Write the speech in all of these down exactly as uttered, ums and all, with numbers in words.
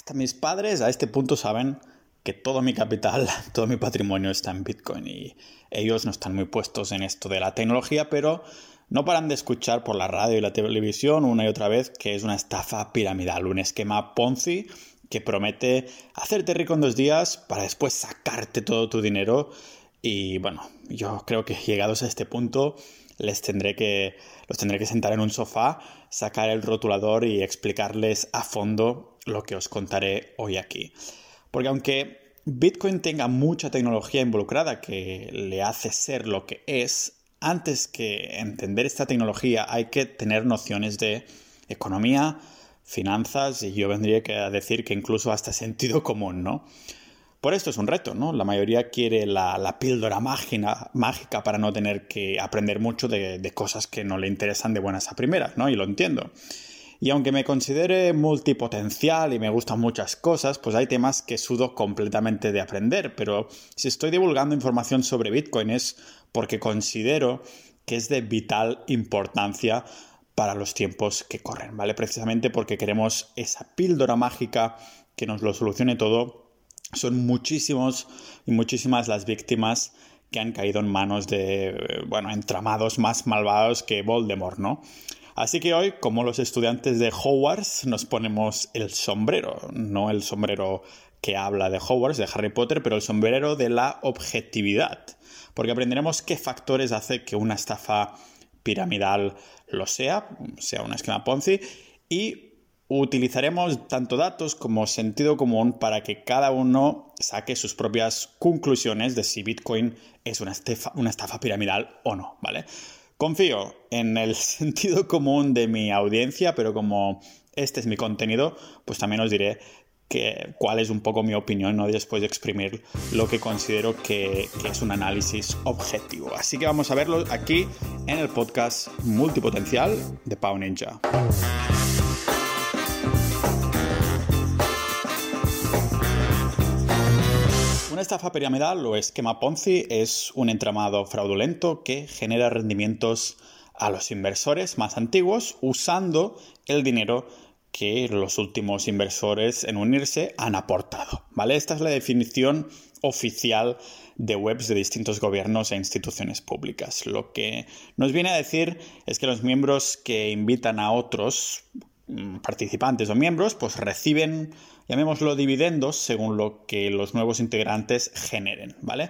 hasta mis padres a este punto saben que todo mi capital, todo mi patrimonio está en Bitcoin y ellos no están muy puestos en esto de la tecnología, pero no paran de escuchar por la radio y la televisión una y otra vez que es una estafa piramidal, un esquema Ponzi que promete hacerte rico en dos días para después sacarte todo tu dinero. Y bueno, yo creo que llegados a este punto les tendré que, los tendré que sentar en un sofá, sacar el rotulador y explicarles a fondo lo que os contaré hoy aquí. Porque aunque Bitcoin tenga mucha tecnología involucrada que le hace ser lo que es, antes que entender esta tecnología hay que tener nociones de economía, finanzas y yo vendría a decir que incluso hasta sentido común, ¿no? Por esto es un reto, ¿no? La mayoría quiere la, la píldora mágica, mágica para no tener que aprender mucho de, de cosas que no le interesan de buenas a primeras, ¿no? Y lo entiendo. Y aunque me considere multipotencial y me gustan muchas cosas, pues hay temas que sudo completamente de aprender. Pero si estoy divulgando información sobre Bitcoin es porque considero que es de vital importancia para los tiempos que corren, ¿vale? Precisamente porque queremos esa píldora mágica que nos lo solucione todo. Son muchísimos y muchísimas las víctimas que han caído en manos de, bueno, entramados más malvados que Voldemort, ¿no? Así que hoy, como los estudiantes de Hogwarts, nos ponemos el sombrero, no el sombrero que habla de Hogwarts, de Harry Potter, pero el sombrero de la objetividad, porque aprenderemos qué factores hace que una estafa piramidal lo sea, sea un esquema Ponzi, y utilizaremos tanto datos como sentido común para que cada uno saque sus propias conclusiones de si Bitcoin es una estafa, una estafa piramidal o no, ¿vale? Confío en el sentido común de mi audiencia, pero como este es mi contenido, pues también os diré que, cuál es un poco mi opinión, ¿no? Después de exprimir lo que considero que, que es un análisis objetivo. Así que vamos a verlo aquí en el podcast Multipotencial de Pau Ninja. Una estafa piramidal o esquema Ponzi es un entramado fraudulento que genera rendimientos a los inversores más antiguos usando el dinero que los últimos inversores en unirse han aportado, ¿vale? Esta es la definición oficial de webs de distintos gobiernos e instituciones públicas. Lo que nos viene a decir es que los miembros que invitan a otros participantes o miembros, pues reciben, llamémoslo, dividendos según lo que los nuevos integrantes generen, ¿vale?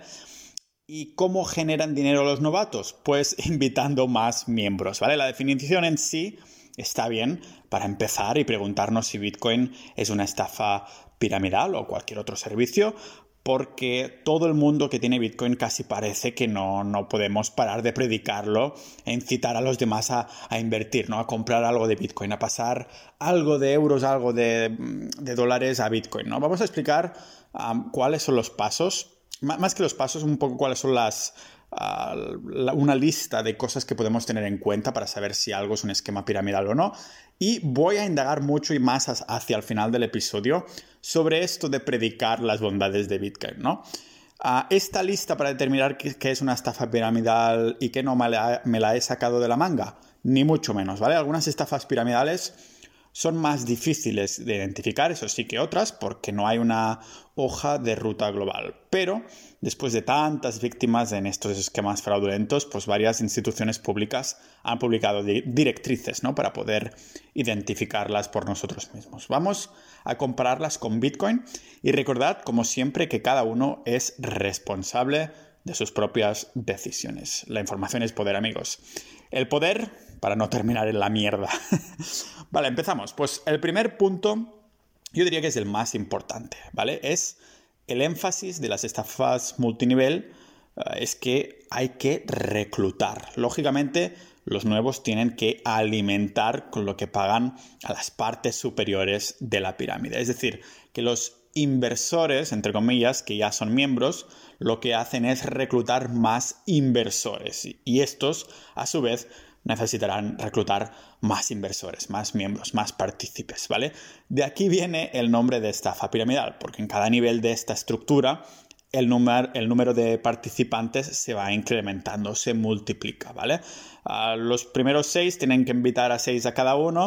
¿Y cómo generan dinero los novatos? Pues invitando más miembros, ¿vale? La definición en sí está bien para empezar y preguntarnos si Bitcoin es una estafa piramidal o cualquier otro servicio, porque todo el mundo que tiene Bitcoin casi parece que no, no podemos parar de predicarlo e incitar a los demás a, a invertir, ¿no? A comprar algo de Bitcoin, a pasar algo de euros, algo de, de dólares a Bitcoin, ¿no? Vamos a explicar um, cuáles son los pasos, M- más que los pasos, un poco cuáles son las... Uh, la, una lista de cosas que podemos tener en cuenta para saber si algo es un esquema piramidal o no. Y voy a indagar mucho y más hacia el final del episodio sobre esto de predicar las bondades de Bitcoin, ¿no? Uh, esta lista para determinar qué, qué es una estafa piramidal y qué no me la, me la he sacado de la manga, ni mucho menos, ¿vale? Algunas estafas piramidales son más difíciles de identificar, eso sí que otras, porque no hay una hoja de ruta global. Pero después de tantas víctimas en estos esquemas fraudulentos, pues varias instituciones públicas han publicado di- directrices, ¿no? Para poder identificarlas por nosotros mismos. Vamos a compararlas con Bitcoin y recordad, como siempre, que cada uno es responsable de sus propias decisiones. La información es poder, amigos. El poder para no terminar en la mierda. Vale, empezamos. Pues el primer punto, yo diría que es el más importante, ¿vale? Es el énfasis de las estafas multinivel, uh, es que hay que reclutar. Lógicamente, los nuevos tienen que alimentar con lo que pagan a las partes superiores de la pirámide. Es decir, que los inversores, entre comillas, que ya son miembros, lo que hacen es reclutar más inversores. Y estos, a su vez, necesitarán reclutar más inversores, más miembros, más partícipes, ¿vale? De aquí viene el nombre de estafa piramidal, porque en cada nivel de esta estructura el número, el número de participantes se va incrementando, se multiplica, ¿vale? Uh, los primeros seis tienen que invitar a seis a cada uno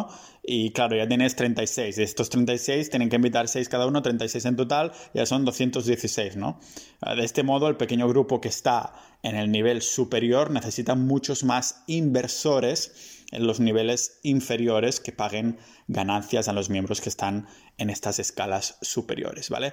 Y claro, ya tienes treinta y seis. De estos treinta y seis tienen que invitar seis cada uno, treinta y seis en total, ya son doscientos dieciséis, ¿no? De este modo, el pequeño grupo que está en el nivel superior necesita muchos más inversores en los niveles inferiores que paguen ganancias a los miembros que están en estas escalas superiores, ¿vale?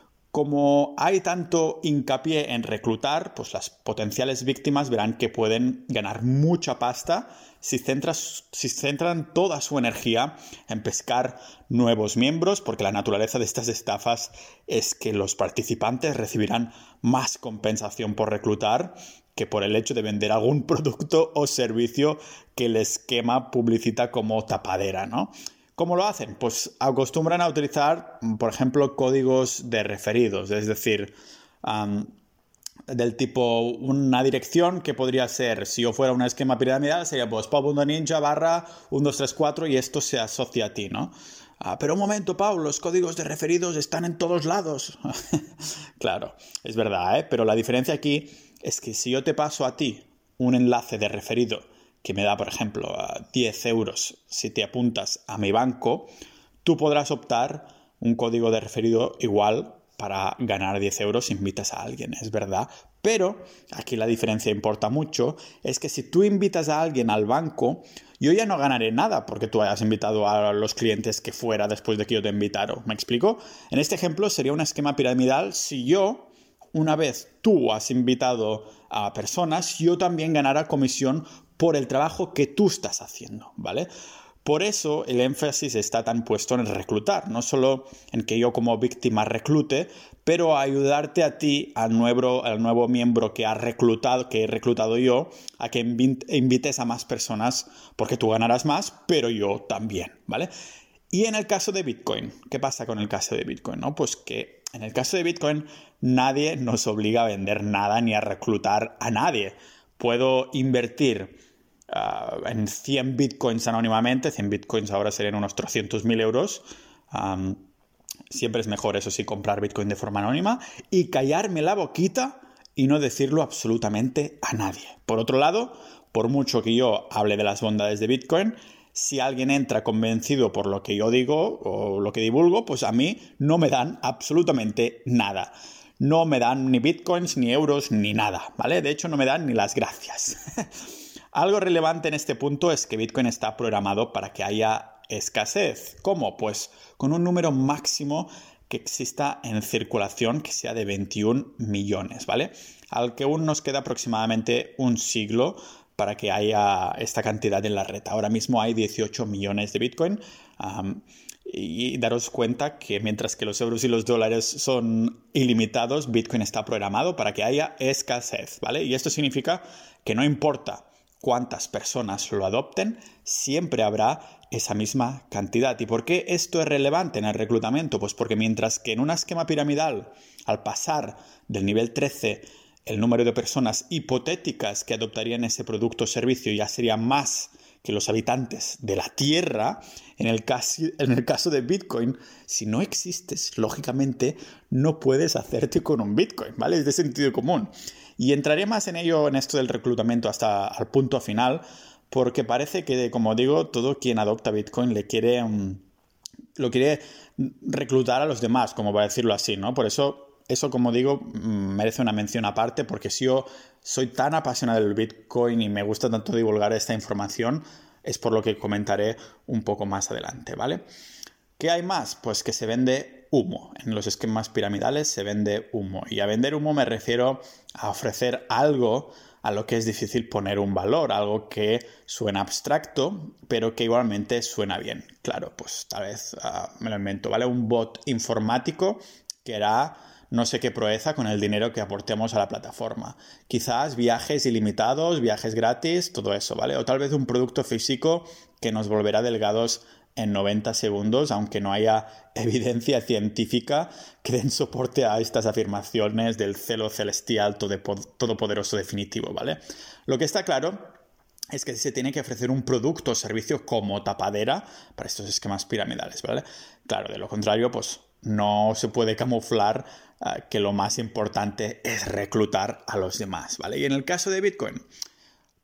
Como hay tanto hincapié en reclutar, pues las potenciales víctimas verán que pueden ganar mucha pasta si, centras, si centran toda su energía en pescar nuevos miembros, porque la naturaleza de estas estafas es que los participantes recibirán más compensación por reclutar que por el hecho de vender algún producto o servicio que el esquema publicita como tapadera, ¿no? ¿Cómo lo hacen? Pues acostumbran a utilizar, por ejemplo, códigos de referidos, es decir, um, del tipo una dirección que podría ser, si yo fuera un esquema piramidal, sería pues pau.ninja barra uno dos tres cuatro y esto se asocia a ti, ¿no? Ah, pero un momento, Pau, los códigos de referidos están en todos lados. Claro, es verdad, ¿eh? Pero la diferencia aquí es que si yo te paso a ti un enlace de referido que me da, por ejemplo, diez euros si te apuntas a mi banco, tú podrás optar un código de referido igual para ganar diez euros si invitas a alguien, es verdad. Pero aquí la diferencia importa mucho, es que si tú invitas a alguien al banco, yo ya no ganaré nada porque tú hayas invitado a los clientes que fuera después de que yo te invitaron. ¿Me explico? En este ejemplo sería un esquema piramidal si yo, una vez tú has invitado a personas, yo también ganara comisión por el trabajo que tú estás haciendo, ¿vale? Por eso el énfasis está tan puesto en reclutar, no solo en que yo como víctima reclute, pero ayudarte a ti, al nuevo, al nuevo miembro que, ha reclutado, que he reclutado yo, a que invites a más personas porque tú ganarás más, pero yo también, ¿vale? Y en el caso de Bitcoin, ¿qué pasa con el caso de Bitcoin? ¿No? Pues que en el caso de Bitcoin nadie nos obliga a vender nada ni a reclutar a nadie. Puedo invertir uh, en cien bitcoins anónimamente, cien bitcoins ahora serían unos trescientos mil euros. Um, siempre es mejor, eso sí, comprar bitcoin de forma anónima y callarme la boquita y no decirlo absolutamente a nadie. Por otro lado, por mucho que yo hable de las bondades de Bitcoin, si alguien entra convencido por lo que yo digo o lo que divulgo, pues a mí no me dan absolutamente nada. No me dan ni bitcoins, ni euros, ni nada, ¿vale? De hecho, no me dan ni las gracias. Algo relevante en este punto es que Bitcoin está programado para que haya escasez. ¿Cómo? Pues con un número máximo que exista en circulación que sea de veintiún millones, ¿vale? Al que aún nos queda aproximadamente un siglo para que haya esta cantidad en la red. Ahora mismo hay dieciocho millones de Bitcoin. Um, Y daros cuenta que mientras que los euros y los dólares son ilimitados, Bitcoin está programado para que haya escasez, ¿vale? Y esto significa que no importa cuántas personas lo adopten, siempre habrá esa misma cantidad. ¿Y por qué esto es relevante en el reclutamiento? Pues porque mientras que en un esquema piramidal, al pasar del nivel trece, el número de personas hipotéticas que adoptarían ese producto o servicio ya sería más que los habitantes de la Tierra, en el, caso, en el caso de Bitcoin, si no existes, lógicamente no puedes hacerte con un Bitcoin, ¿vale? Es de sentido común. Y entraré más en ello, en esto del reclutamiento, hasta el punto final, porque parece que, como digo, todo quien adopta Bitcoin le quiere, um, lo quiere reclutar a los demás, como para decirlo así, ¿no? Por eso... Eso, como digo, merece una mención aparte, porque si yo soy tan apasionado del Bitcoin y me gusta tanto divulgar esta información, es por lo que comentaré un poco más adelante, ¿vale? ¿Qué hay más? Pues que se vende humo. En los esquemas piramidales se vende humo. Y a vender humo me refiero a ofrecer algo a lo que es difícil poner un valor, algo que suena abstracto, pero que igualmente suena bien. Claro, pues tal vez uh, me lo invento, ¿vale? Un bot informático que hará no sé qué proeza con el dinero que aportemos a la plataforma. Quizás viajes ilimitados, viajes gratis, todo eso, ¿vale? O tal vez un producto físico que nos volverá delgados en noventa segundos, aunque no haya evidencia científica que den soporte a estas afirmaciones del celo celestial todopoderoso definitivo, ¿vale? Lo que está claro es que se tiene que ofrecer un producto o servicio como tapadera para estos esquemas piramidales, ¿vale? Claro, de lo contrario, pues no se puede camuflar uh, que lo más importante es reclutar a los demás, ¿vale? Y en el caso de Bitcoin,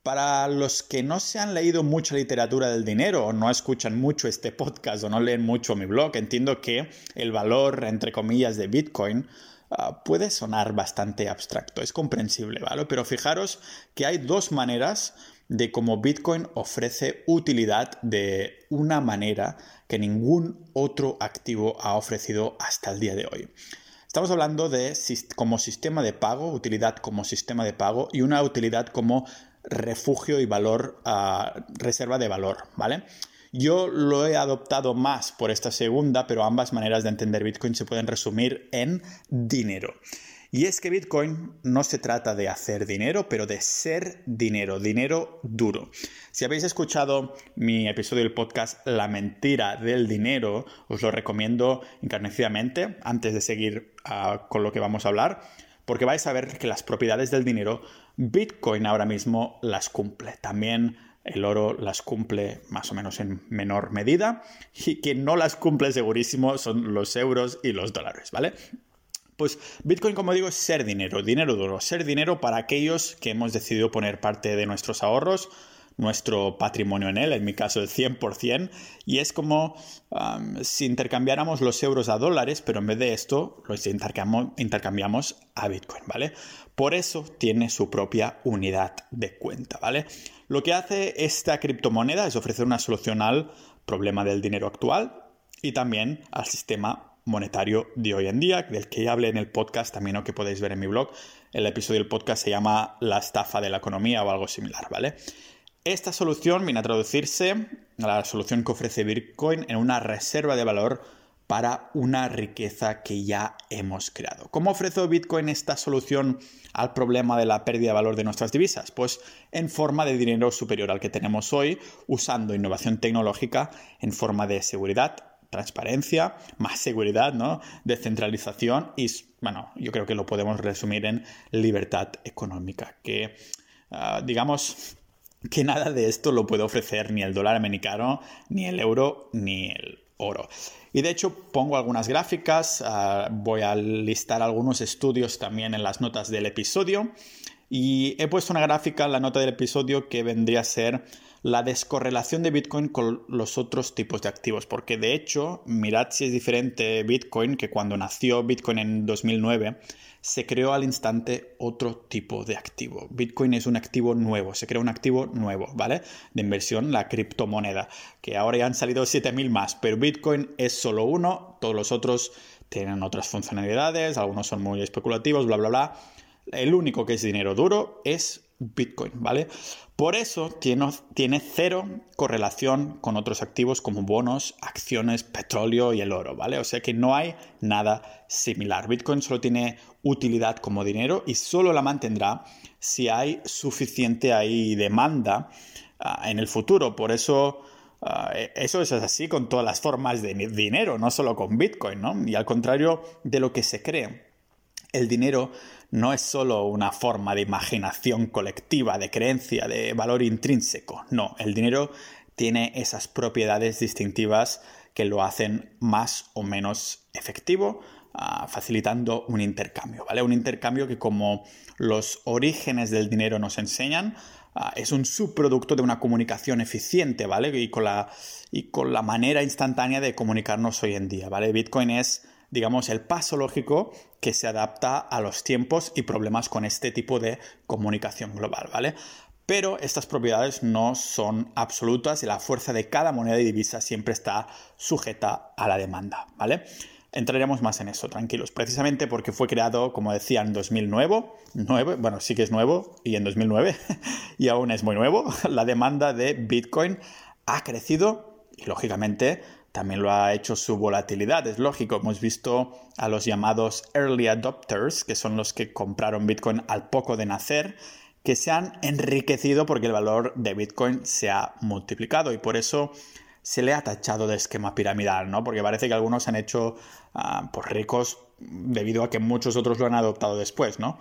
Para los que no se han leído mucha literatura del dinero o no escuchan mucho este podcast o no leen mucho mi blog, entiendo que el valor, entre comillas, de Bitcoin uh, puede sonar bastante abstracto. Es comprensible, ¿vale? Pero fijaros que hay dos maneras de cómo Bitcoin ofrece utilidad de una manera que ningún otro activo ha ofrecido hasta el día de hoy. Estamos hablando de como sistema de pago, utilidad como sistema de pago y una utilidad como refugio y valor, uh, reserva de valor, ¿vale? Yo lo he adoptado más por esta segunda, pero ambas maneras de entender Bitcoin se pueden resumir en dinero. Y es que Bitcoin no se trata de hacer dinero, pero de ser dinero, dinero duro. Si habéis escuchado mi episodio del podcast La mentira del dinero, os lo recomiendo encarecidamente antes de seguir uh, con lo que vamos a hablar, porque vais a ver que las propiedades del dinero, Bitcoin ahora mismo las cumple. También el oro las cumple más o menos en menor medida. Y quien no las cumple segurísimo son los euros y los dólares, ¿vale? Pues Bitcoin, como digo, es ser dinero, dinero duro. Ser dinero para aquellos que hemos decidido poner parte de nuestros ahorros, nuestro patrimonio en él, en mi caso el cien por ciento, y es como um, si intercambiáramos los euros a dólares, pero en vez de esto los intercambiamos, intercambiamos a Bitcoin, ¿vale? Por eso tiene su propia unidad de cuenta, ¿vale? Lo que hace esta criptomoneda es ofrecer una solución al problema del dinero actual y también al sistema monetario de hoy en día, del que ya hablé en el podcast también, o que podéis ver en mi blog. El episodio del podcast se llama La estafa de la economía o algo similar, ¿vale? Esta solución viene a traducirse a la solución que ofrece Bitcoin en una reserva de valor para una riqueza que ya hemos creado. ¿Cómo ofrece Bitcoin esta solución al problema de la pérdida de valor de nuestras divisas? Pues en forma de dinero superior al que tenemos hoy, usando innovación tecnológica en forma de seguridad, transparencia, más seguridad, ¿no? Descentralización y, bueno, yo creo que lo podemos resumir en libertad económica, que, uh, digamos... que nada de esto lo puede ofrecer ni el dólar americano, ni el euro, ni el oro. Y de hecho pongo algunas gráficas, uh, voy a listar algunos estudios también en las notas del episodio y he puesto una gráfica en la nota del episodio que vendría a ser la descorrelación de Bitcoin con los otros tipos de activos, porque de hecho mirad si es diferente Bitcoin, que cuando nació Bitcoin en dos mil nueve se creó al instante otro tipo de activo. Bitcoin es un activo nuevo, se creó un activo nuevo, ¿vale? De inversión, la criptomoneda, que ahora ya han salido siete mil más, pero Bitcoin es solo uno, todos los otros tienen otras funcionalidades, algunos son muy especulativos, bla, bla, bla. El único que es dinero duro es Bitcoin, ¿vale? Por eso tiene, tiene cero correlación con otros activos como bonos, acciones, petróleo y el oro, ¿vale? O sea que no hay nada similar. Bitcoin solo tiene utilidad como dinero y solo la mantendrá si hay suficiente ahí demanda uh, en el futuro. Por eso... Uh, eso es así con todas las formas de dinero, no solo con Bitcoin, ¿no? Y al contrario de lo que se cree, el dinero no es solo una forma de imaginación colectiva, de creencia, de valor intrínseco. No, el dinero tiene esas propiedades distintivas que lo hacen más o menos efectivo, uh, facilitando un intercambio, ¿vale? Un intercambio que, como los orígenes del dinero nos enseñan, Uh, es un subproducto de una comunicación eficiente, ¿vale? Y con la, y con la manera instantánea de comunicarnos hoy en día, ¿vale? Bitcoin es, digamos, el paso lógico que se adapta a los tiempos y problemas con este tipo de comunicación global, ¿vale? Pero estas propiedades no son absolutas y la fuerza de cada moneda y divisa siempre está sujeta a la demanda, ¿vale? Entraremos más en eso, tranquilos, precisamente porque fue creado, como decía, en dos mil nueve, nueve, bueno, sí que es nuevo, y en dos mil nueve, y aún es muy nuevo. La demanda de Bitcoin ha crecido y, lógicamente, también lo ha hecho su volatilidad. Es lógico, hemos visto a los llamados early adopters, que son los que compraron Bitcoin al poco de nacer, que se han enriquecido porque el valor de Bitcoin se ha multiplicado y por eso se le ha tachado de esquema piramidal, ¿no? Porque parece que algunos se han hecho uh, pues ricos debido a que muchos otros lo han adoptado después, ¿no?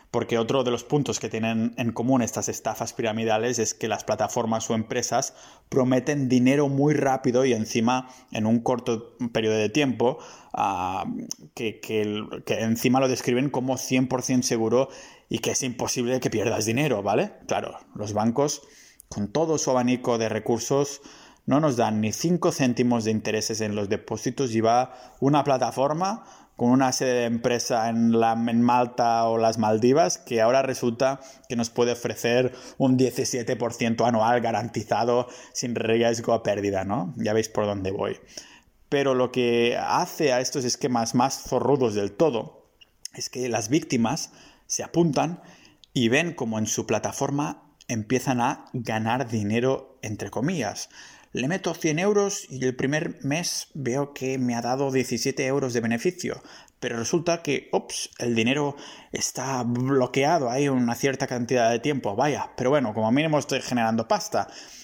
Porque otro de los puntos que tienen en común estas estafas piramidales es que las plataformas o empresas prometen dinero muy rápido y encima en un corto periodo de tiempo, uh, que, que, que encima lo describen como cien por ciento seguro y que es imposible que pierdas dinero, ¿vale? Claro, los bancos, con todo su abanico de recursos, no nos dan ni cinco céntimos de intereses en los depósitos y va una plataforma con una sede de empresa en, la, en Malta o las Maldivas que ahora resulta que nos puede ofrecer un diecisiete por ciento anual garantizado sin riesgo a pérdida, ¿no? Ya veis por dónde voy. Pero lo que hace a estos esquemas más zorrudos del todo es que las víctimas se apuntan y ven como en su plataforma empiezan a ganar dinero, entre comillas. Le meto cien euros y el primer mes veo que me ha dado diecisiete euros de beneficio. Pero resulta que, ups, el dinero está bloqueado ahí una cierta cantidad de tiempo. Vaya, pero bueno, como mínimo estoy generando pasta.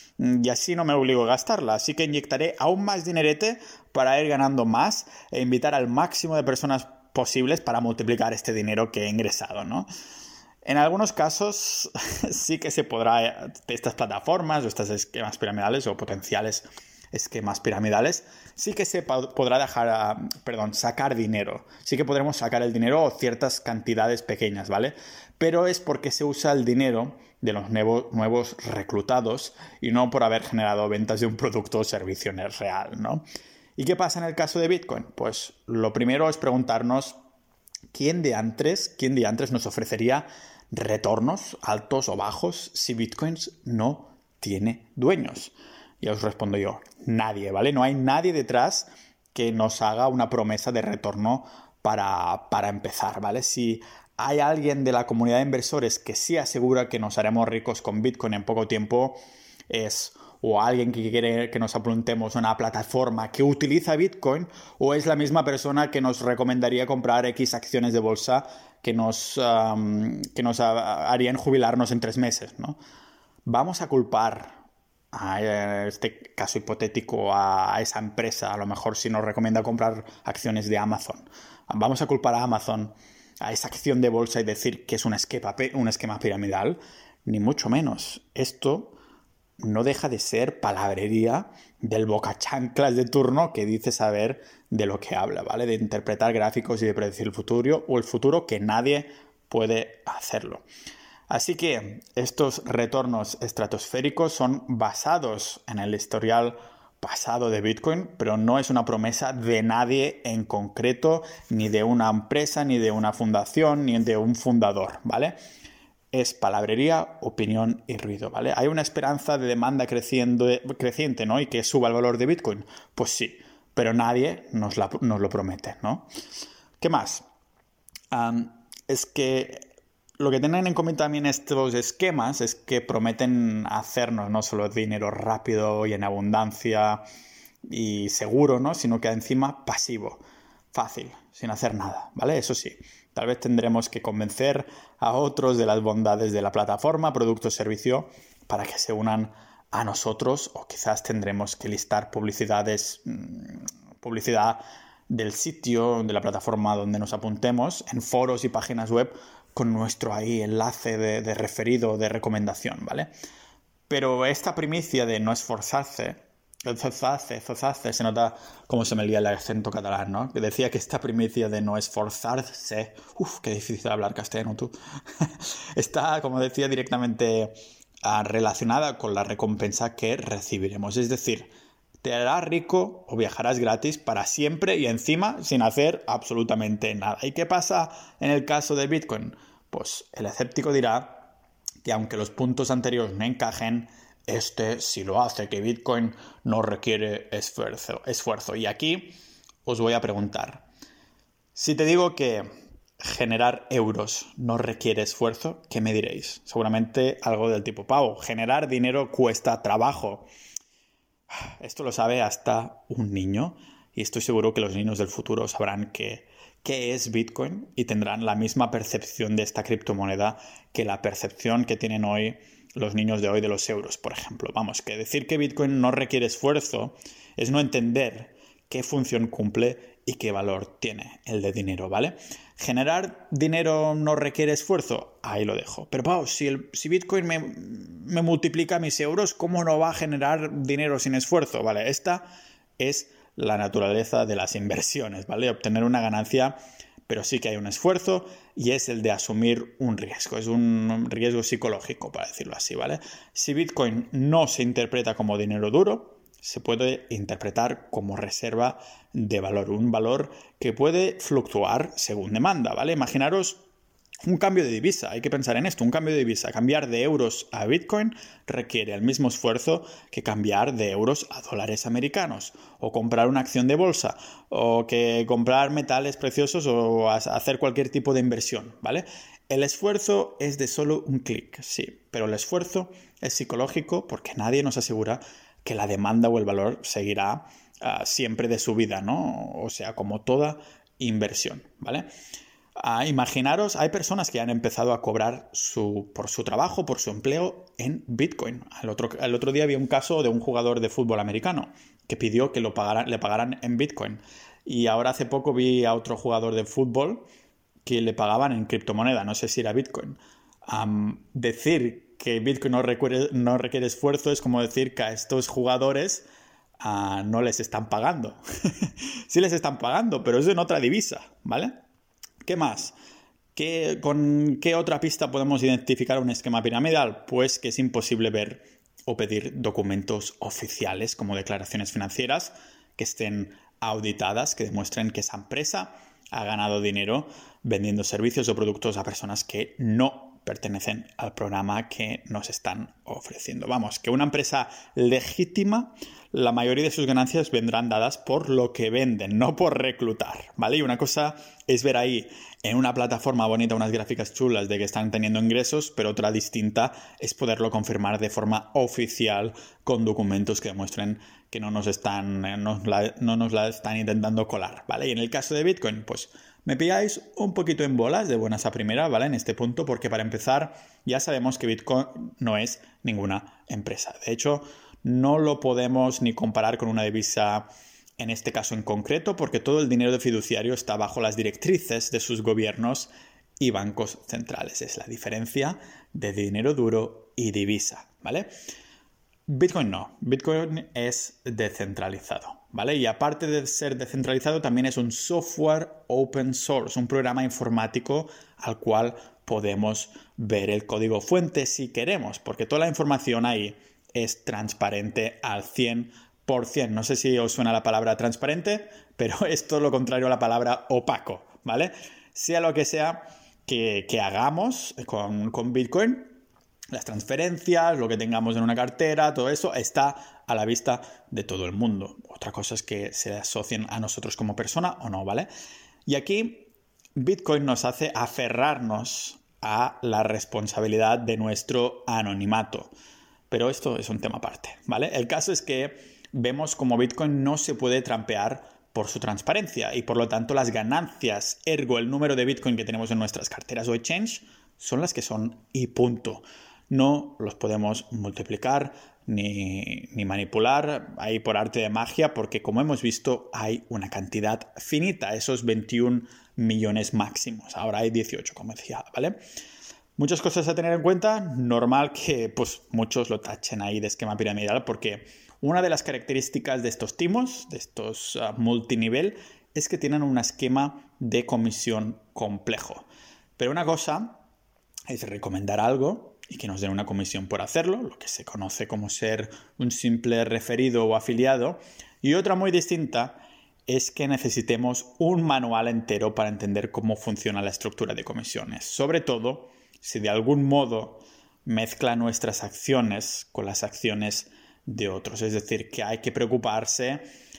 Y así no me obligo a gastarla. Así que inyectaré aún más dinerete para ir ganando más e invitar al máximo de personas posibles para multiplicar este dinero que he ingresado, ¿no? En algunos casos sí que se podrá, estas plataformas o estos esquemas piramidales o potenciales esquemas piramidales, sí que se podrá dejar, perdón, sacar dinero. Sí que podremos sacar el dinero o ciertas cantidades pequeñas, ¿vale? Pero es porque se usa el dinero de los nuevos, nuevos reclutados y no por haber generado ventas de un producto o servicio real, ¿no? ¿Y qué pasa en el caso de Bitcoin? Pues lo primero es preguntarnos quién de antes, quién de antes nos ofrecería retornos altos o bajos si Bitcoin no tiene dueños. Ya os respondo yo, nadie, ¿vale? No hay nadie detrás que nos haga una promesa de retorno para, para empezar, ¿vale? Si hay alguien de la comunidad de inversores que sí asegura que nos haremos ricos con Bitcoin en poco tiempo, es o alguien que quiere que nos apuntemos a una plataforma que utiliza Bitcoin, o es la misma persona que nos recomendaría comprar X acciones de bolsa que nos, um, que nos harían jubilarnos en tres meses, ¿no? Vamos a culpar a este caso hipotético a esa empresa, a lo mejor si nos recomienda comprar acciones de Amazon. Vamos a culpar a Amazon, a esa acción de bolsa y decir que es un esquema, un esquema piramidal, ni mucho menos. Esto no deja de ser palabrería del bocachanclas de turno que dice saber de lo que habla, ¿vale? De interpretar gráficos y de predecir el futuro o el futuro que nadie puede hacerlo. Así que estos retornos estratosféricos son basados en el historial pasado de Bitcoin, pero no es una promesa de nadie en concreto, ni de una empresa, ni de una fundación, ni de un fundador, ¿vale? Es palabrería, opinión y ruido, ¿vale? ¿Hay una esperanza de demanda creciendo, creciente, ¿no? Y que suba el valor de Bitcoin. Pues sí, pero nadie nos, la, nos lo promete, ¿no? ¿Qué más? Um, es que lo que tienen en común también estos esquemas es que prometen hacernos no solo dinero rápido y en abundancia y seguro, ¿no? Sino que encima pasivo, fácil, sin hacer nada, ¿vale? Eso sí. Tal vez tendremos que convencer a otros de las bondades de la plataforma, producto o servicio, para que se unan a nosotros, o quizás tendremos que listar publicidades, publicidad del sitio, de la plataforma donde nos apuntemos, en foros y páginas web, con nuestro ahí enlace de, de referido, de recomendación, ¿vale? Pero esta primicia de no esforzarse, esforzarse, esforzarse, se nota cómo se me lía el acento catalán, ¿no? Que decía que esta primicia de no esforzarse, uff, qué difícil hablar castellano tú, está, como decía, directamente uh, relacionada con la recompensa que recibiremos. Es decir, te harás rico o viajarás gratis para siempre y encima sin hacer absolutamente nada. ¿Y qué pasa en el caso de Bitcoin? Pues el escéptico dirá que aunque los puntos anteriores no encajen, este sí lo hace, que Bitcoin no requiere esfuerzo, esfuerzo. Y aquí os voy a preguntar, si te digo que generar euros no requiere esfuerzo, ¿qué me diréis? Seguramente algo del tipo, Pau, generar dinero cuesta trabajo. Esto lo sabe hasta un niño y estoy seguro que los niños del futuro sabrán que, qué es Bitcoin y tendrán la misma percepción de esta criptomoneda que la percepción que tienen hoy los niños de hoy de los euros, por ejemplo. Vamos, que decir que Bitcoin no requiere esfuerzo es no entender qué función cumple y qué valor tiene el de dinero, ¿vale? ¿Generar dinero no requiere esfuerzo? Ahí lo dejo. Pero, Pau, si, el, si Bitcoin me, me multiplica mis euros, ¿cómo no va a generar dinero sin esfuerzo? Vale, esta es la naturaleza de las inversiones, ¿vale? Obtener una ganancia, pero sí que hay un esfuerzo y es el de asumir un riesgo. Es un riesgo psicológico, para decirlo así, ¿vale? Si Bitcoin no se interpreta como dinero duro, se puede interpretar como reserva de valor, un valor que puede fluctuar según demanda, ¿vale? Imaginaros un cambio de divisa, hay que pensar en esto, un cambio de divisa, cambiar de euros a Bitcoin requiere el mismo esfuerzo que cambiar de euros a dólares americanos, o comprar una acción de bolsa, o que comprar metales preciosos o hacer cualquier tipo de inversión, ¿vale? El esfuerzo es de solo un clic, sí, pero el esfuerzo es psicológico porque nadie nos asegura que la demanda o el valor seguirá uh, siempre de subida, ¿no? O sea, como toda inversión, ¿vale? Uh, imaginaros, hay personas que han empezado a cobrar su, por su trabajo, por su empleo en Bitcoin. El otro, el otro día había un caso de un jugador de fútbol americano que pidió que lo pagaran, le pagaran en Bitcoin. Y ahora hace poco vi a otro jugador de fútbol que le pagaban en criptomoneda, no sé si era Bitcoin. Um, decir que Bitcoin no requiere, no requiere esfuerzo es como decir que a estos jugadores uh, no les están pagando. Sí les están pagando, pero es en otra divisa, ¿vale? ¿Qué más? ¿Qué, ¿Con qué otra pista podemos identificar un esquema piramidal? Pues que es imposible ver o pedir documentos oficiales como declaraciones financieras que estén auditadas, que demuestren que esa empresa ha ganado dinero vendiendo servicios o productos a personas que no pertenecen al programa que nos están ofreciendo. Vamos, que una empresa legítima, la mayoría de sus ganancias vendrán dadas por lo que venden, no por reclutar, ¿vale? Y una cosa es ver ahí en una plataforma bonita unas gráficas chulas de que están teniendo ingresos, pero otra distinta es poderlo confirmar de forma oficial con documentos que demuestren que no nos están, no, la, no nos la están intentando colar, ¿vale? Y en el caso de Bitcoin, pues me pilláis un poquito en bolas de buenas a primeras, ¿vale? En este punto, porque para empezar ya sabemos que Bitcoin no es ninguna empresa. De hecho, no lo podemos ni comparar con una divisa en este caso en concreto, porque todo el dinero de fiduciario está bajo las directrices de sus gobiernos y bancos centrales. Es la diferencia de dinero duro y divisa, ¿vale? Bitcoin no. Bitcoin es descentralizado, ¿vale? Y aparte de ser descentralizado, también es un software open source, un programa informático al cual podemos ver el código fuente si queremos, porque toda la información ahí es transparente al cien por ciento. No sé si os suena la palabra transparente, pero es todo lo contrario a la palabra opaco, ¿vale? Sea lo que sea que, que hagamos con, con Bitcoin, las transferencias, lo que tengamos en una cartera, todo eso está a la vista de todo el mundo. Otra cosa es que se asocien a nosotros como persona o no, ¿vale? Y aquí Bitcoin nos hace aferrarnos a la responsabilidad de nuestro anonimato. Pero esto es un tema aparte, ¿vale? El caso es que vemos como Bitcoin no se puede trampear por su transparencia y por lo tanto las ganancias, ergo el número de Bitcoin que tenemos en nuestras carteras o exchange, son las que son y punto. No los podemos multiplicar ni, ni manipular ahí por arte de magia porque, como hemos visto, hay una cantidad finita, esos veintiún millones máximos. Ahora hay dieciocho, como decía, ¿vale? Muchas cosas a tener en cuenta. Normal que pues, muchos lo tachen ahí de esquema piramidal porque una de las características de estos timos, de estos uh, multinivel, es que tienen un esquema de comisión complejo. Pero una cosa es recomendar algo y que nos den una comisión por hacerlo, lo que se conoce como ser un simple referido o afiliado, y otra muy distinta es que necesitemos un manual entero para entender cómo funciona la estructura de comisiones, sobre todo si de algún modo mezcla nuestras acciones con las acciones de otros, es decir, que hay que preocuparse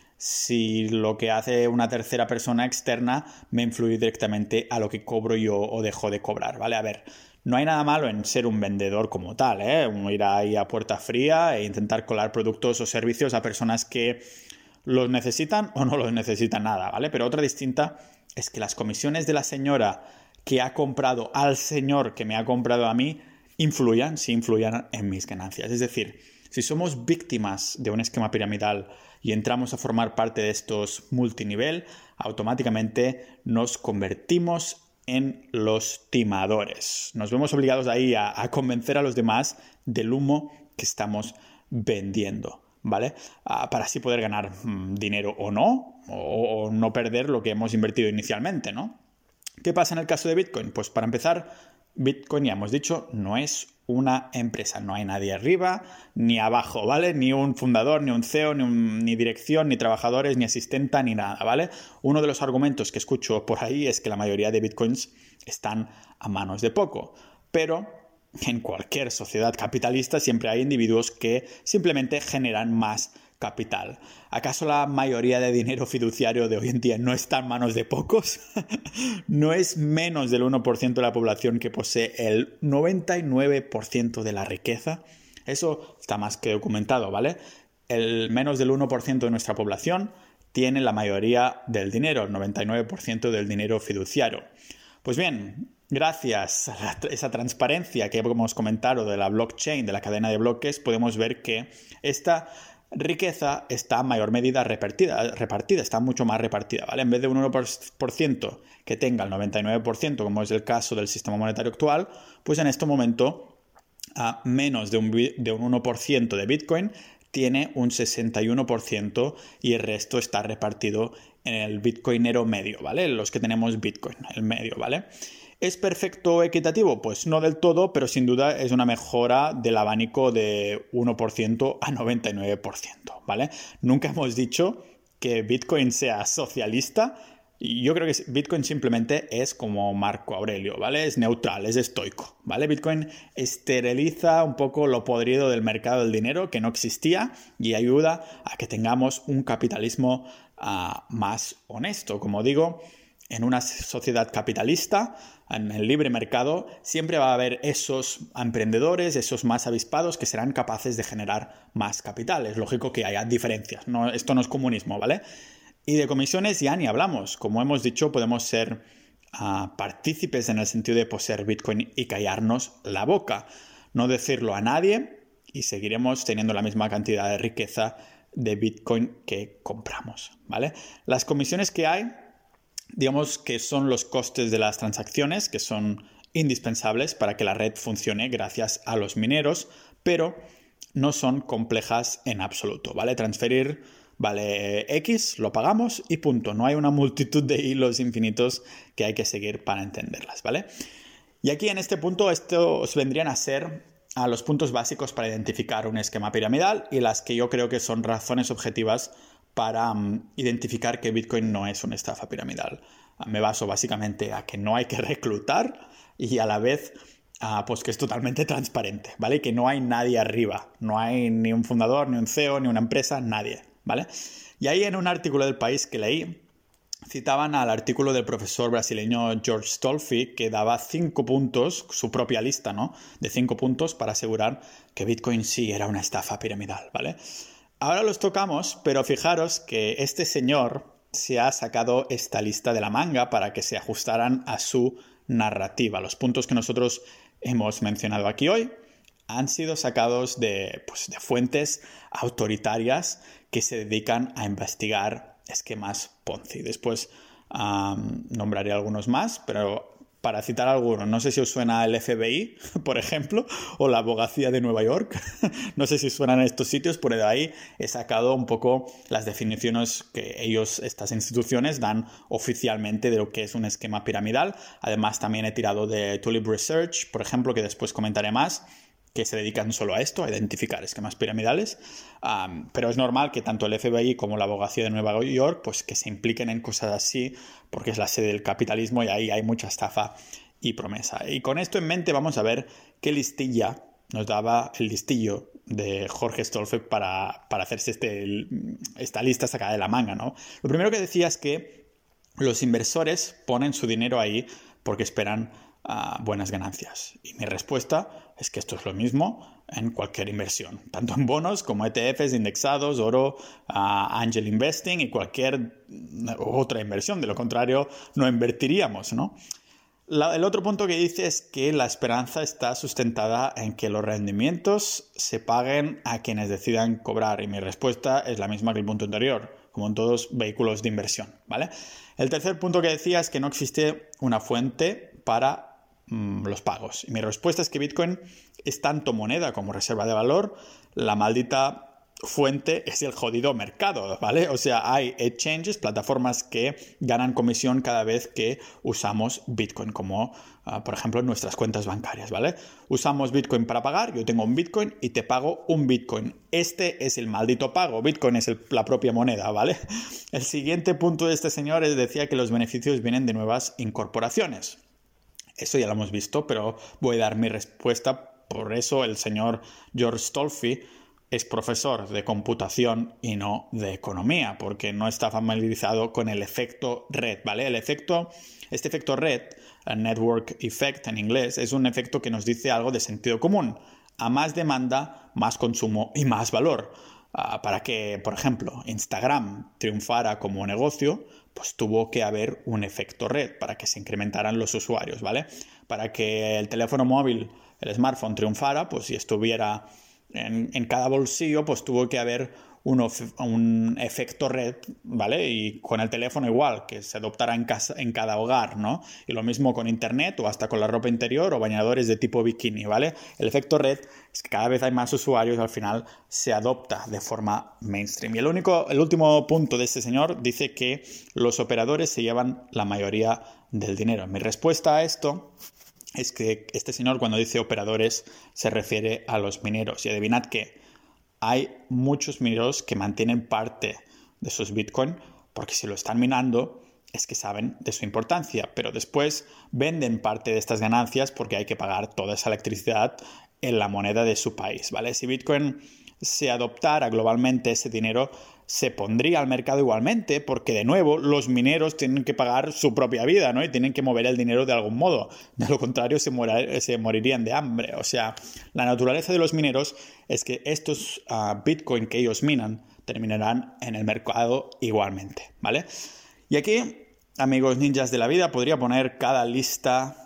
si lo que hace una tercera persona externa me influye directamente a lo que cobro yo o dejo de cobrar, ¿vale? A ver, no hay nada malo en ser un vendedor como tal, ¿eh? Ir ahí a puerta fría e intentar colar productos o servicios a personas que los necesitan o no los necesitan nada, ¿vale? Pero otra distinta es que las comisiones de la señora que ha comprado al señor que me ha comprado a mí influyan, sí influyan en mis ganancias. Es decir, Si somos víctimas de un esquema piramidal y entramos a formar parte de estos multinivel, automáticamente nos convertimos en los timadores. Nos vemos obligados ahí a, a convencer a los demás del humo que estamos vendiendo, ¿vale? Ah, para así poder ganar mmm, dinero o no, o, o no perder lo que hemos invertido inicialmente, ¿no? ¿Qué pasa en el caso de Bitcoin? Pues para empezar, Bitcoin, ya hemos dicho, no es una empresa. No hay nadie arriba ni abajo, ¿vale? Ni un fundador, ni un C E O, ni, un, ni dirección, ni trabajadores, ni asistenta, ni nada, ¿vale? Uno de los argumentos que escucho por ahí es que la mayoría de Bitcoins están a manos de poco. Pero en cualquier sociedad capitalista siempre hay individuos que simplemente generan más capital. ¿Acaso la mayoría de dinero fiduciario de hoy en día no está en manos de pocos? ¿No es menos del uno por ciento de la población que posee el noventa y nueve por ciento de la riqueza? Eso está más que documentado, ¿vale? El menos del uno por ciento de nuestra población tiene la mayoría del dinero, el noventa y nueve por ciento del dinero fiduciario. Pues bien, gracias a la, esa transparencia que hemos comentado de la blockchain, de la cadena de bloques, podemos ver que esta riqueza está en mayor medida repartida, repartida, está mucho más repartida, ¿vale? En vez de un uno por ciento que tenga el noventa y nueve por ciento, como es el caso del sistema monetario actual, pues en este momento a menos de un, de un uno por ciento de Bitcoin tiene un sesenta y uno por ciento y el resto está repartido en el bitcoinero medio, ¿vale? Los que tenemos Bitcoin, el medio, ¿vale? ¿Es perfecto equitativo? Pues no del todo, pero sin duda es una mejora del abanico de uno por ciento a noventa y nueve por ciento, ¿vale? Nunca hemos dicho que Bitcoin sea socialista. Yo creo que Bitcoin simplemente es como Marco Aurelio, ¿vale? Es neutral, es estoico, ¿vale? Bitcoin esteriliza un poco lo podrido del mercado del dinero que no existía y ayuda a que tengamos un capitalismo uh, más honesto. Como digo, en una sociedad capitalista, en el libre mercado, siempre va a haber esos emprendedores, esos más avispados que serán capaces de generar más capital. Es lógico que haya diferencias, ¿no? Esto no es comunismo, ¿vale? Y de comisiones ya ni hablamos. Como hemos dicho, podemos ser uh, partícipes en el sentido de poseer Bitcoin y callarnos la boca. No decirlo a nadie y seguiremos teniendo la misma cantidad de riqueza de Bitcoin que compramos, ¿vale? Las comisiones que hay, digamos que son los costes de las transacciones, que son indispensables para que la red funcione gracias a los mineros, pero no son complejas en absoluto, ¿vale? Transferir vale X, lo pagamos y punto. No hay una multitud de hilos infinitos que hay que seguir para entenderlas, ¿vale? Y aquí en este punto estos vendrían a ser a los puntos básicos para identificar un esquema piramidal y las que yo creo que son razones objetivas para um, identificar que Bitcoin no es una estafa piramidal. Uh, me baso básicamente a que no hay que reclutar y a la vez uh, pues que es totalmente transparente, ¿vale? Que no hay nadie arriba, no hay ni un fundador, ni un C E O, ni una empresa, nadie, ¿vale? Y ahí en un artículo del País que leí, citaban al artículo del profesor brasileño George Stolfi que daba cinco puntos, su propia lista, ¿no? De cinco puntos para asegurar que Bitcoin sí era una estafa piramidal, ¿vale? Ahora los tocamos, pero fijaros que este señor se ha sacado esta lista de la manga para que se ajustaran a su narrativa. Los puntos que nosotros hemos mencionado aquí hoy han sido sacados de, pues, de fuentes autoritarias que se dedican a investigar esquemas Ponzi. Después um, nombraré algunos más, pero para citar algunos, no sé si os suena el F B I, por ejemplo, o la Abogacía de Nueva York. No sé si suenan estos sitios, pero de ahí he sacado un poco las definiciones que ellos, estas instituciones, dan oficialmente de lo que es un esquema piramidal. Además, también he tirado de Tulip Research, por ejemplo, que después comentaré más, que se dedican solo a esto, a identificar esquemas piramidales, um, pero es normal que tanto el F B I como la Abogacía de Nueva York pues que se impliquen en cosas así porque es la sede del capitalismo y ahí hay mucha estafa y promesa. Y con esto en mente vamos a ver qué listilla nos daba el listillo de Jorge Stolfi para, para hacerse este, esta lista sacada de la manga, ¿no? Lo primero que decía es que los inversores ponen su dinero ahí porque esperan Uh, buenas ganancias. Y mi respuesta es que esto es lo mismo en cualquier inversión, tanto en bonos como E T Fs, indexados, oro, uh, angel investing y cualquier otra inversión. De lo contrario, no invertiríamos, ¿no? La, el otro punto que dice es que la esperanza está sustentada en que los rendimientos se paguen a quienes decidan cobrar. Y mi respuesta es la misma que el punto anterior, como en todos vehículos de inversión, ¿vale? El tercer punto que decía es que no existe una fuente para mmm, los pagos. Y mi respuesta es que Bitcoin es tanto moneda como reserva de valor. La maldita fuente es el jodido mercado, ¿vale? O sea, hay exchanges, plataformas que ganan comisión cada vez que usamos Bitcoin, como uh, por ejemplo en nuestras cuentas bancarias, ¿vale? Usamos Bitcoin para pagar, yo tengo un Bitcoin y te pago un Bitcoin. Este es el maldito pago, Bitcoin es el, la propia moneda, ¿vale? El siguiente punto de este señor es, decía que los beneficios vienen de nuevas incorporaciones. Eso ya lo hemos visto, pero voy a dar mi respuesta. Por eso el señor George Stolfi es profesor de computación y no de economía, porque no está familiarizado con el efecto red, ¿vale? El efecto, este efecto red, network effect en inglés, es un efecto que nos dice algo de sentido común. A más demanda, más consumo y más valor. Uh, para que, por ejemplo, Instagram triunfara como negocio, pues tuvo que haber un efecto red para que se incrementaran los usuarios, ¿vale? Para que el teléfono móvil, el smartphone triunfara, pues si estuviera En, en cada bolsillo, pues tuvo que haber un, un efecto red, ¿vale? Y con el teléfono igual, que se adoptara en, casa, en cada hogar, ¿no? Y lo mismo con internet o hasta con la ropa interior o bañadores de tipo bikini, ¿vale? El efecto red es que cada vez hay más usuarios y al final se adopta de forma mainstream. Y el, único, el último punto de este señor dice que los operadores se llevan la mayoría del dinero. Mi respuesta a esto es que este señor, cuando dice operadores, se refiere a los mineros. Y adivinad que hay muchos mineros que mantienen parte de sus Bitcoin porque si lo están minando es que saben de su importancia, pero después venden parte de estas ganancias porque hay que pagar toda esa electricidad en la moneda de su país, ¿vale? Si Bitcoin se adoptara globalmente, ese dinero se pondría al mercado igualmente, porque de nuevo los mineros tienen que pagar su propia vida, ¿no? Y tienen que mover el dinero de algún modo. De lo contrario se, mora, se morirían de hambre. O sea, la naturaleza de los mineros es que estos uh, Bitcoin que ellos minan terminarán en el mercado igualmente, ¿vale? Y aquí, amigos ninjas de la vida, podría poner cada lista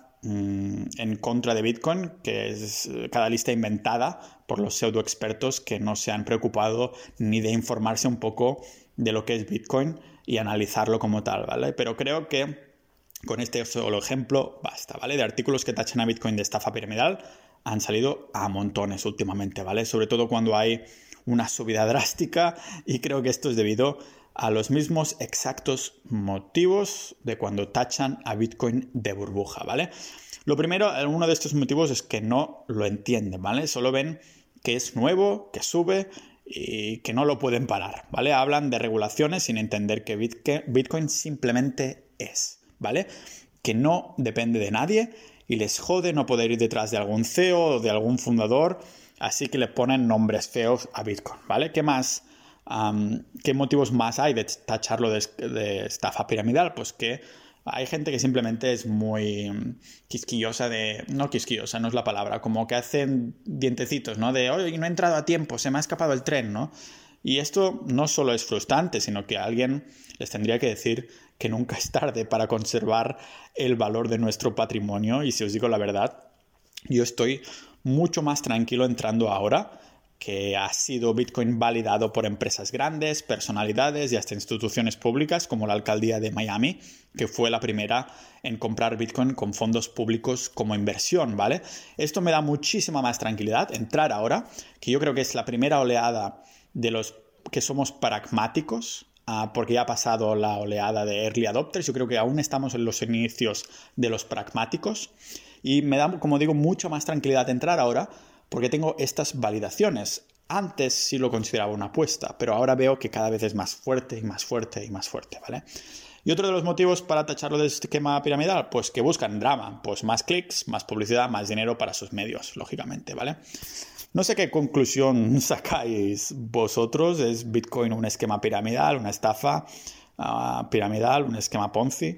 en contra de Bitcoin, que es cada lista inventada por los pseudo expertos que no se han preocupado ni de informarse un poco de lo que es Bitcoin y analizarlo como tal, ¿vale? Pero creo que con este solo ejemplo basta, ¿vale? De artículos que tachan a Bitcoin de estafa piramidal han salido a montones últimamente, ¿vale? Sobre todo cuando hay una subida drástica, y creo que esto es debido a los mismos exactos motivos de cuando tachan a Bitcoin de burbuja, ¿vale? Lo primero, uno de estos motivos es que no lo entienden, ¿vale? Solo ven que es nuevo, que sube y que no lo pueden parar, ¿vale? Hablan de regulaciones sin entender que Bitcoin simplemente es, ¿vale? Que no depende de nadie y les jode no poder ir detrás de algún C E O o de algún fundador, así que le ponen nombres feos a Bitcoin, ¿vale? ¿Qué más? Um, ¿Qué motivos más hay de tacharlo de, de estafa piramidal? Pues que hay gente que simplemente es muy quisquillosa de... No quisquillosa, no es la palabra. Como que hacen dientecitos, ¿no? De, oye, no he entrado a tiempo, se me ha escapado el tren, ¿no? Y esto no solo es frustrante, sino que alguien les tendría que decir que nunca es tarde para conservar el valor de nuestro patrimonio. Y si os digo la verdad, yo estoy mucho más tranquilo entrando ahora, que ha sido Bitcoin validado por empresas grandes, personalidades y hasta instituciones públicas como la alcaldía de Miami, que fue la primera en comprar Bitcoin con fondos públicos como inversión, ¿vale? Esto me da muchísima más tranquilidad entrar ahora, que yo creo que es la primera oleada de los que somos pragmáticos, uh, porque ya ha pasado la oleada de early adopters. Yo creo que aún estamos en los inicios de los pragmáticos y me da, como digo, mucha más tranquilidad entrar ahora, porque tengo estas validaciones. Antes sí lo consideraba una apuesta, pero ahora veo que cada vez es más fuerte y más fuerte y más fuerte, ¿vale? Y otro de los motivos para tacharlo de esquema piramidal, pues que buscan drama, pues más clics, más publicidad, más dinero para sus medios, lógicamente, ¿vale? No sé qué conclusión sacáis vosotros. ¿Es Bitcoin un esquema piramidal, una estafa uh, piramidal, un esquema Ponzi,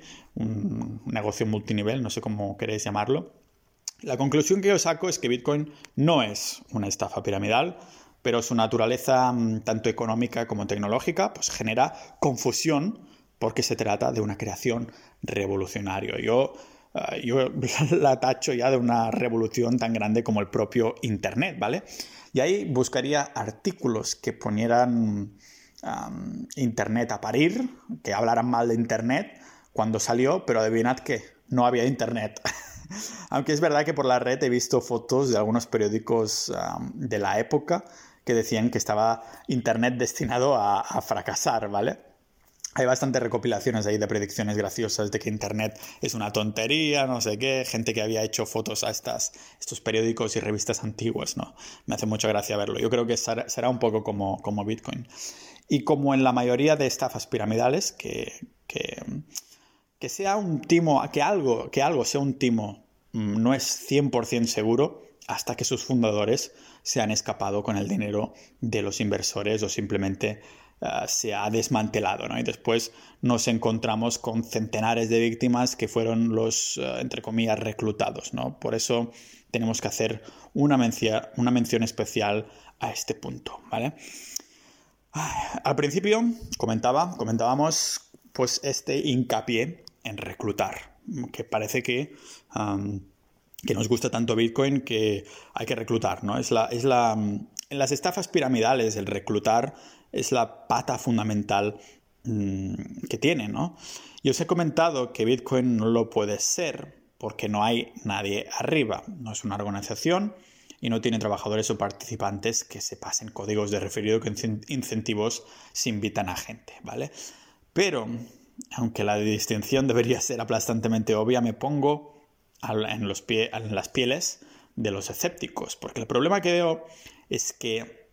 un negocio multinivel? No sé cómo queréis llamarlo. La conclusión que yo saco es que Bitcoin no es una estafa piramidal, pero su naturaleza tanto económica como tecnológica pues genera confusión porque se trata de una creación revolucionaria. Yo uh, yo la tacho ya de una revolución tan grande como el propio Internet, ¿vale? Y ahí buscaría artículos que ponieran um, Internet a parir, que hablaran mal de Internet cuando salió, pero adivinad que no había Internet. Aunque es verdad que por la red he visto fotos de algunos periódicos um, de la época que decían que estaba Internet destinado a, a fracasar, ¿vale? Hay bastantes recopilaciones ahí de predicciones graciosas de que Internet es una tontería, no sé qué, gente que había hecho fotos a estas, estos periódicos y revistas antiguas, ¿no? Me hace mucha gracia verlo. Yo creo que será, será un poco como, como Bitcoin. Y como en la mayoría de estafas piramidales, que, que, que sea un timo, que algo, que algo sea un timo no es cien por ciento seguro hasta que sus fundadores se han escapado con el dinero de los inversores o simplemente uh, se ha desmantelado, ¿no? Y después nos encontramos con centenares de víctimas que fueron los, uh, entre comillas, reclutados, ¿no? Por eso tenemos que hacer una, mención, una mención especial a este punto, ¿vale? Al principio comentaba, comentábamos pues este hincapié en reclutar, que parece que... Um, que nos gusta tanto Bitcoin que hay que reclutar, ¿no? Es la, es la, en las estafas piramidales el reclutar es la pata fundamental mmm, que tiene, ¿no? Y os he comentado que Bitcoin no lo puede ser porque no hay nadie arriba. No es una organización y no tiene trabajadores o participantes que se pasen códigos de referido que incentivos se invitan a gente, ¿vale? Pero, aunque la distinción debería ser aplastantemente obvia, me pongo En, los pie, en las pieles de los escépticos, porque el problema que veo es que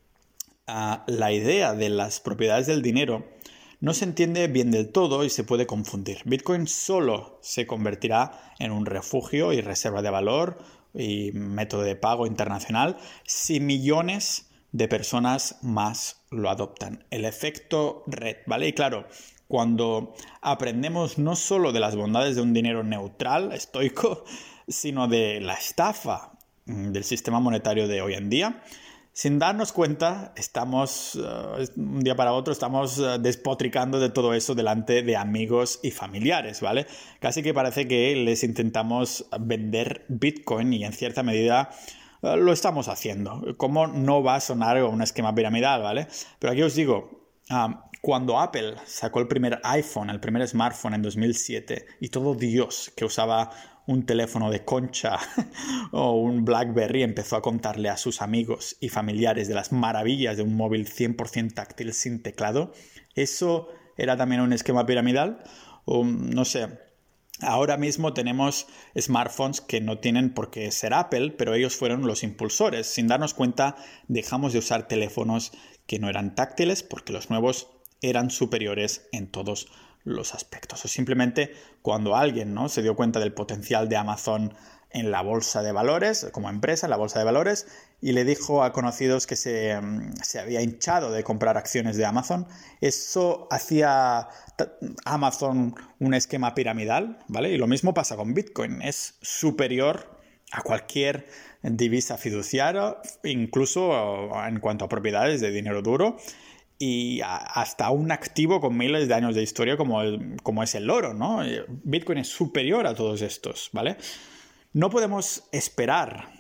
uh, la idea de las propiedades del dinero no se entiende bien del todo y se puede confundir. Bitcoin solo se convertirá en un refugio y reserva de valor y método de pago internacional si millones de personas más lo adoptan. El efecto red, ¿vale? Y claro, cuando aprendemos no solo de las bondades de un dinero neutral, estoico, sino de la estafa del sistema monetario de hoy en día, sin darnos cuenta, estamos, uh, un día para otro, estamos uh, despotricando de todo eso delante de amigos y familiares, ¿vale? Casi que parece que les intentamos vender Bitcoin y en cierta medida uh, lo estamos haciendo. ¿Cómo no va a sonar un esquema piramidal, ¿vale? Pero aquí os digo... Um, Cuando Apple sacó el primer iPhone, el primer smartphone en dos mil siete, y todo Dios que usaba un teléfono de concha o un BlackBerry empezó a contarle a sus amigos y familiares de las maravillas de un móvil cien por ciento táctil sin teclado, ¿eso era también un esquema piramidal? O no sé... Ahora mismo tenemos smartphones que no tienen por qué ser Apple, pero ellos fueron los impulsores. Sin darnos cuenta, dejamos de usar teléfonos que no eran táctiles porque los nuevos eran superiores en todos los aspectos. O simplemente cuando alguien, ¿no?, se dio cuenta del potencial de Amazon en la bolsa de valores, como empresa, en la bolsa de valores, y le dijo a conocidos que se, se había hinchado de comprar acciones de Amazon, eso hacía Amazon un esquema piramidal, ¿vale? Y lo mismo pasa con Bitcoin, es superior a cualquier divisa fiduciaria, incluso en cuanto a propiedades de dinero duro, y hasta un activo con miles de años de historia como, el, como es el oro, ¿no? Bitcoin es superior a todos estos, ¿vale? No podemos esperar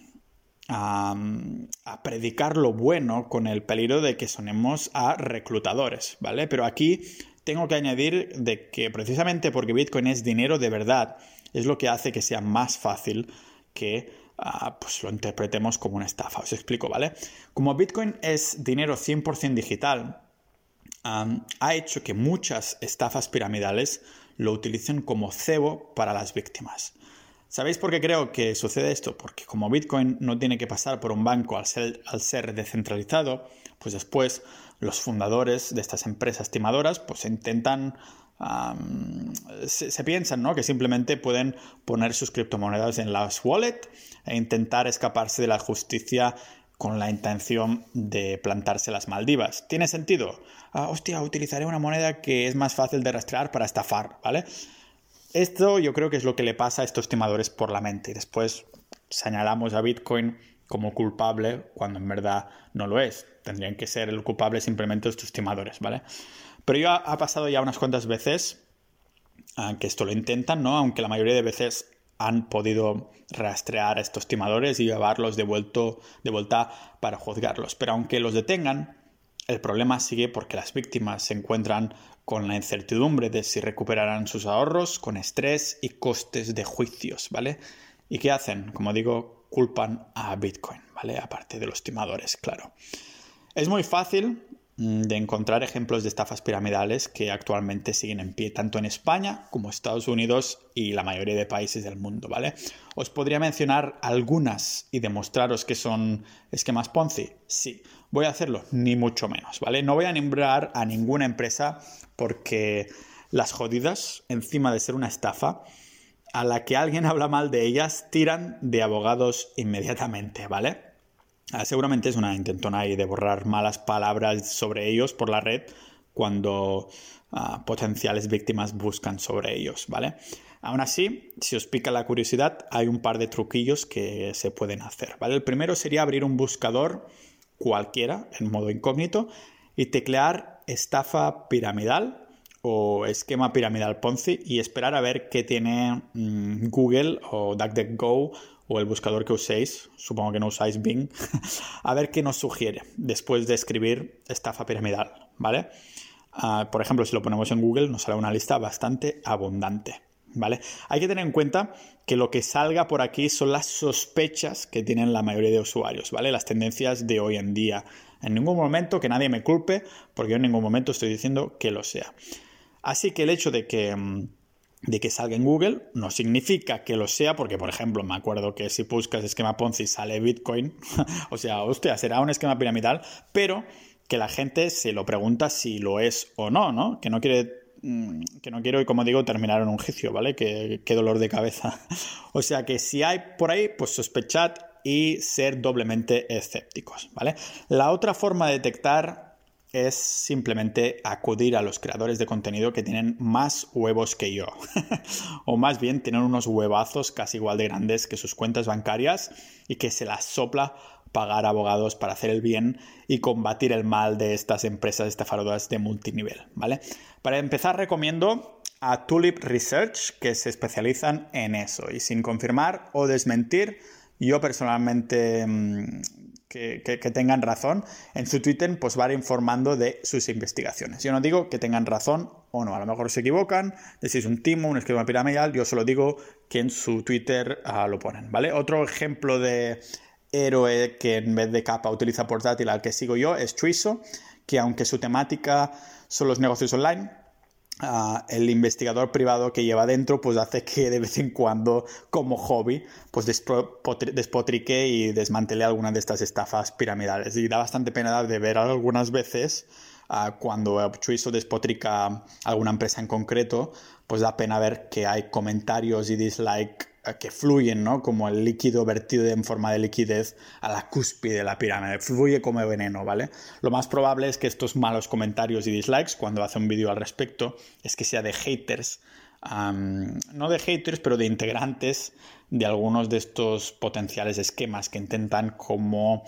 a, a predicar lo bueno con el peligro de que sonemos a reclutadores, ¿vale? Pero aquí tengo que añadir de que precisamente porque Bitcoin es dinero de verdad, es lo que hace que sea más fácil que uh, pues lo interpretemos como una estafa. Os explico, ¿vale? Como Bitcoin es dinero cien por ciento digital, um, ha hecho que muchas estafas piramidales lo utilicen como cebo para las víctimas. ¿Sabéis por qué creo que sucede esto? Porque como Bitcoin no tiene que pasar por un banco al ser, al ser descentralizado, pues después los fundadores de estas empresas timadoras pues intentan, um, se, se piensan, ¿no?, que simplemente pueden poner sus criptomonedas en las wallets e intentar escaparse de la justicia con la intención de plantarse las Maldivas. ¿Tiene sentido? Ah, hostia, utilizaré una moneda que es más fácil de rastrear para estafar, ¿vale? Esto yo creo que es lo que le pasa a estos timadores por la mente y después señalamos a Bitcoin como culpable cuando en verdad no lo es. Tendrían que ser el culpable simplemente estos timadores, ¿vale? Pero yo ha pasado ya unas cuantas veces uh, que esto lo intentan, ¿no? Aunque la mayoría de veces han podido rastrear a estos timadores y llevarlos de, vuelto, de vuelta para juzgarlos. Pero aunque los detengan, el problema sigue porque las víctimas se encuentran con la incertidumbre de si recuperarán sus ahorros, con estrés y costes de juicios, ¿vale? ¿Y qué hacen? Como digo, culpan a Bitcoin, ¿vale? Aparte de los timadores, claro. Es muy fácil de encontrar ejemplos de estafas piramidales que actualmente siguen en pie, tanto en España como Estados Unidos y la mayoría de países del mundo, ¿vale? Os podría mencionar algunas y demostraros que son esquemas Ponzi. Sí, voy a hacerlo, ni mucho menos, ¿vale? No voy a nombrar a ninguna empresa porque las jodidas, encima de ser una estafa, a la que alguien habla mal de ellas, tiran de abogados inmediatamente, ¿vale? Ah, seguramente es una intentona ahí de borrar malas palabras sobre ellos por la red cuando uh, potenciales víctimas buscan sobre ellos, ¿vale? Aún así, si os pica la curiosidad, hay un par de truquillos que se pueden hacer, ¿vale? El primero sería abrir un buscador cualquiera en modo incógnito y teclear estafa piramidal o esquema piramidal Ponzi y esperar a ver qué tiene mmm, Google o DuckDuckGo o el buscador que uséis, supongo que no usáis Bing, a ver qué nos sugiere después de escribir estafa piramidal, ¿vale? Uh, por ejemplo, si lo ponemos en Google nos sale una lista bastante abundante, ¿vale? Hay que tener en cuenta que lo que salga por aquí son las sospechas que tienen la mayoría de usuarios, ¿vale? Las tendencias de hoy en día. En ningún momento que nadie me culpe, porque yo en ningún momento estoy diciendo que lo sea. Así que el hecho de que... de que salga en Google no significa que lo sea, porque por ejemplo me acuerdo que si buscas esquema Ponzi sale Bitcoin, o sea, hostia, será un esquema piramidal, pero que la gente se lo pregunta si lo es o no, ¿no? Que no quiere, que no quiero, como digo, terminar en un juicio, ¿vale? Que, que dolor de cabeza. O sea que si hay por ahí, pues sospechad y ser doblemente escépticos, ¿vale? La otra forma de detectar es simplemente acudir a los creadores de contenido que tienen más huevos que yo. O más bien tienen unos huevazos casi igual de grandes que sus cuentas bancarias y que se las sopla pagar abogados para hacer el bien y combatir el mal de estas empresas estafadoras de multinivel, ¿vale? Para empezar recomiendo a Tulip Research, que se especializan en eso. Y sin confirmar o desmentir, yo personalmente... Mmm, Que, que, que tengan razón, en su Twitter pues van informando de sus investigaciones. Yo no digo que tengan razón o no, a lo mejor se equivocan, decís un timo, un esquema piramidal, yo solo digo que en su Twitter uh, lo ponen, ¿vale? Otro ejemplo de héroe que en vez de capa utiliza portátil al que sigo yo es Twiso, que aunque su temática son los negocios online, Uh, el investigador privado que lleva dentro pues hace que de vez en cuando como hobby pues despotrique y desmantele alguna de estas estafas piramidales y da bastante pena de ver algunas veces uh, cuando Chuiso despotrica alguna empresa en concreto, pues da pena ver que hay comentarios y dislike que fluyen, ¿no? Como el líquido vertido en forma de liquidez a la cúspide de la pirámide. Fluye como veneno, ¿vale? Lo más probable es que estos malos comentarios y dislikes, cuando hace un vídeo al respecto, es que sea de haters. Um, no de haters, pero de integrantes de algunos de estos potenciales esquemas que intentan como...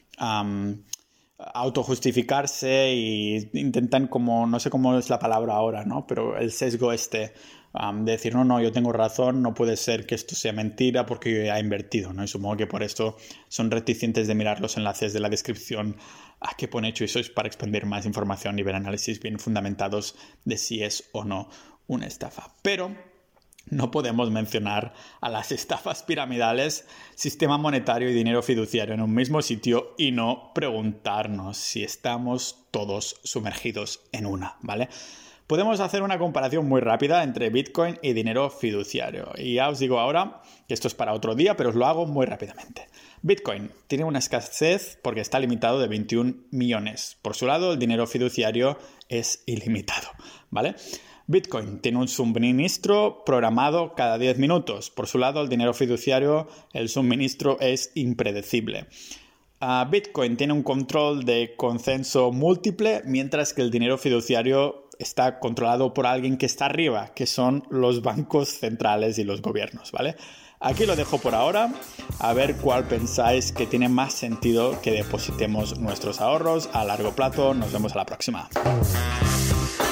Um, autojustificarse y intentan como, no sé cómo es la palabra ahora, ¿no? Pero el sesgo este um, de decir, no, no, yo tengo razón, no puede ser que esto sea mentira porque yo ya he invertido, ¿no? Y supongo que por esto son reticentes de mirar los enlaces de la descripción a que pone hecho eso es para expandir más información y ver análisis bien fundamentados de si es o no una estafa. Pero no podemos mencionar a las estafas piramidales, sistema monetario y dinero fiduciario en un mismo sitio y no preguntarnos si estamos todos sumergidos en una, ¿vale? Podemos hacer una comparación muy rápida entre Bitcoin y dinero fiduciario. Y ya os digo ahora que esto es para otro día, pero os lo hago muy rápidamente. Bitcoin tiene una escasez porque está limitado de veintiún millones. Por su lado, el dinero fiduciario es ilimitado, ¿vale? Bitcoin tiene un suministro programado cada diez minutos. Por su lado, el dinero fiduciario, el suministro es impredecible. Uh, Bitcoin tiene un control de consenso múltiple, mientras que el dinero fiduciario está controlado por alguien que está arriba, que son los bancos centrales y los gobiernos, ¿vale? Aquí lo dejo por ahora, a ver cuál pensáis que tiene más sentido que depositemos nuestros ahorros a largo plazo. Nos vemos a la próxima.